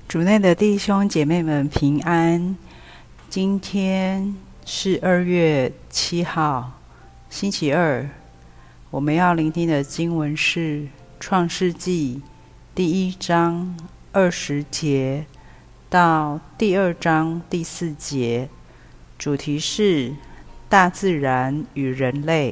主内的弟兄姐妹们平安。今天是2月7号，星期二。我们要聆听的经文是创世纪第1章20节到第2章第4节，主题是大自然与人类。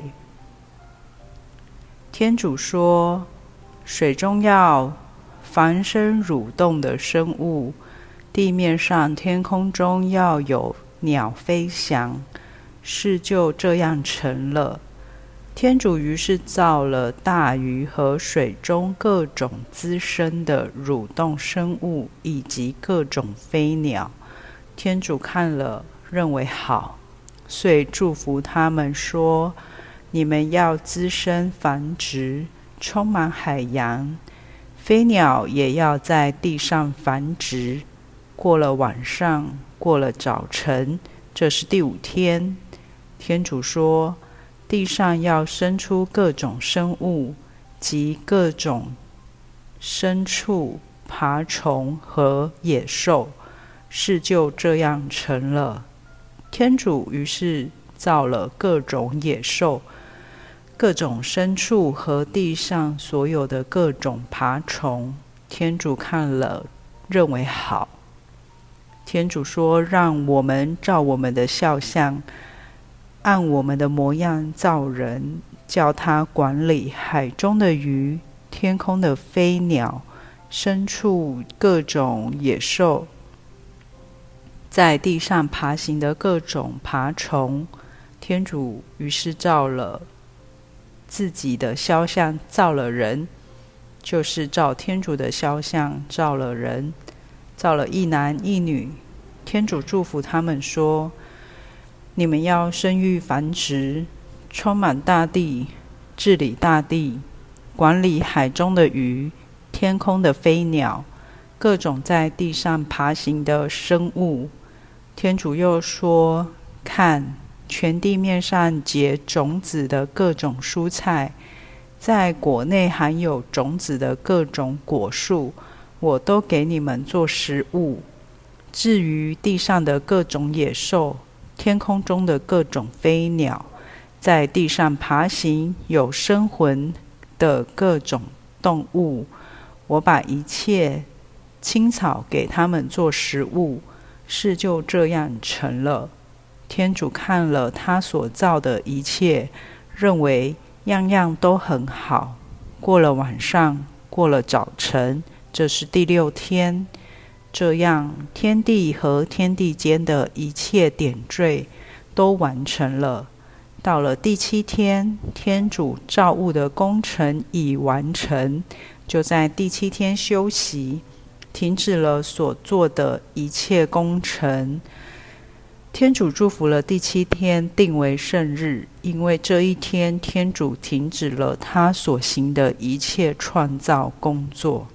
天主说，水中要凡生蠕动的生物，地面上天空中要有鸟飞翔，事就这样成了。天主于是造了大鱼和水中各种滋生的蠕动生物，以及各种飞鸟。天主看了，认为好，遂祝福他们说：你们要滋生繁殖，充满海洋，飞鸟也要在地上繁殖。过了晚上，过了早晨，这是第5天。天主说，地上要生出各种生物及各种牲畜、爬虫和野兽，事就这样成了。天主于是造了各种野兽、各种牲畜和地上所有的各种爬虫。天主看了，认为好。天主说，让我们照我们的肖像，按我们的模样造人，叫他管理海中的鱼、天空的飞鸟、牲畜、各种野兽，在地上爬行的各种爬虫。天主于是照了自己的肖像造了人，就是照天主的肖像造了人，造了一男一女。天主祝福他们说，你们要生育繁殖，充满大地，治理大地，管理海中的鱼，天空的飞鸟，各种在地上爬行的生物。天主又说，看，全地面上结种子的各种蔬菜，在果内含有种子的各种果树，我都给你们做食物。至于地上的各种野兽，天空中的各种飞鸟，在地上爬行有生魂的各种动物，我把一切青草给他们做食物，事就这样成了。天主看了他所造的一切，认为样样都很好。过了晚上，过了早晨，这是第6天。这样，天地和天地间的一切点缀都完成了。到了第7天，天主造物的工程已完成，就在第7天休息，停止了所做的一切工程。天主祝福了第7天，定为圣日，因为这一天天主停止了他所行的一切创造工作。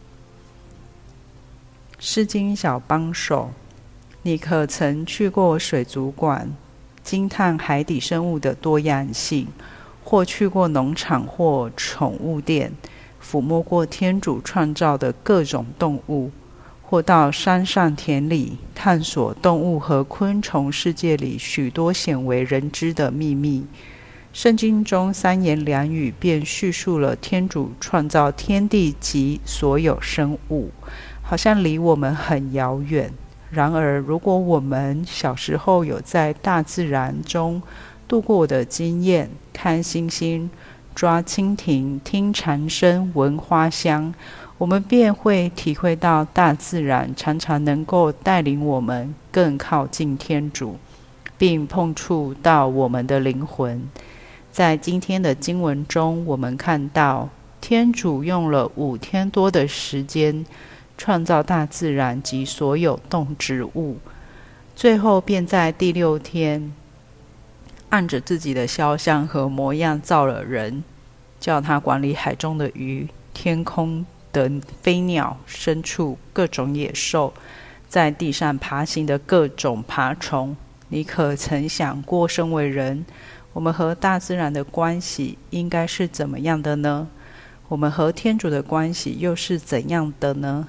诗经小帮手，你可曾去过水族馆，惊叹海底生物的多样性，或去过农场或宠物店，抚摸过天主创造的各种动物，或到山上田里探索动物和昆虫世界里许多鲜为人知的秘密。圣经中3言2语便叙述了天主创造天地及所有生物，好像离我们很遥远。然而，如果我们小时候有在大自然中度过的经验，看星星、抓蜻蜓、听蝉声、闻花香，我们便会体会到大自然常常能够带领我们更靠近天主，并碰触到我们的灵魂。在今天的经文中，我们看到天主用了5天多的时间创造大自然及所有动植物，最后便在第6天按着自己的肖像和模样造了人，叫他管理海中的鱼、天空的飞鸟、牲畜、各种野兽，在地上爬行的各种爬虫。你可曾想过，身为人，我们和大自然的关系应该是怎么样的呢？我们和天主的关系又是怎样的呢？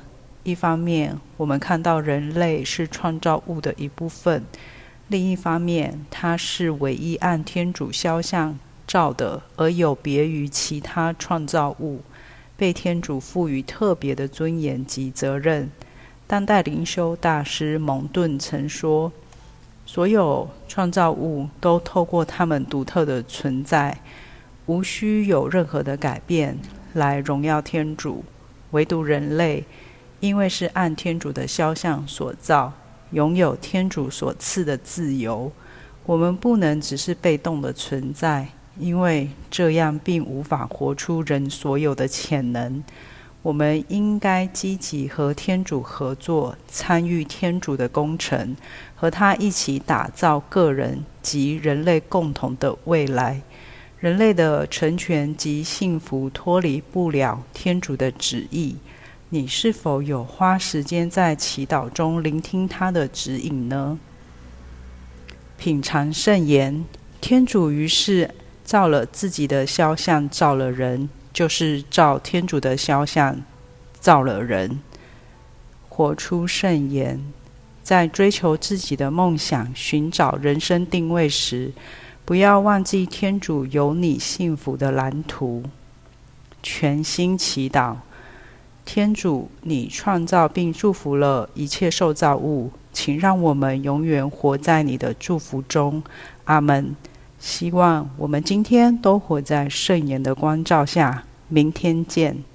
一方面，我们看到人类是创造物的一部分；另一方面，它是唯一按天主肖像造的，而有别于其他创造物，被天主赋予特别的尊严及责任。当代灵修大师蒙顿曾说，所有创造物都透过他们独特的存在，无需有任何的改变来荣耀天主，唯独人类，因为是按天主的肖像所造，拥有天主所赐的自由。我们不能只是被动的存在，因为这样并无法活出人所有的潜能。我们应该积极和天主合作，参与天主的工程，和他一起打造个人及人类共同的未来。人类的成全及幸福脱离不了天主的旨意。你是否有花时间在祈祷中聆听他的指引呢？品尝圣言，天主于是照了自己的肖像造了人，就是照天主的肖像造了人。活出圣言，在追求自己的梦想、寻找人生定位时，不要忘记天主有你幸福的蓝图。全心祈祷，天主，你创造并祝福了一切受造物，请让我们永远活在你的祝福中。阿们。希望我们今天都活在圣言的光照下。明天见。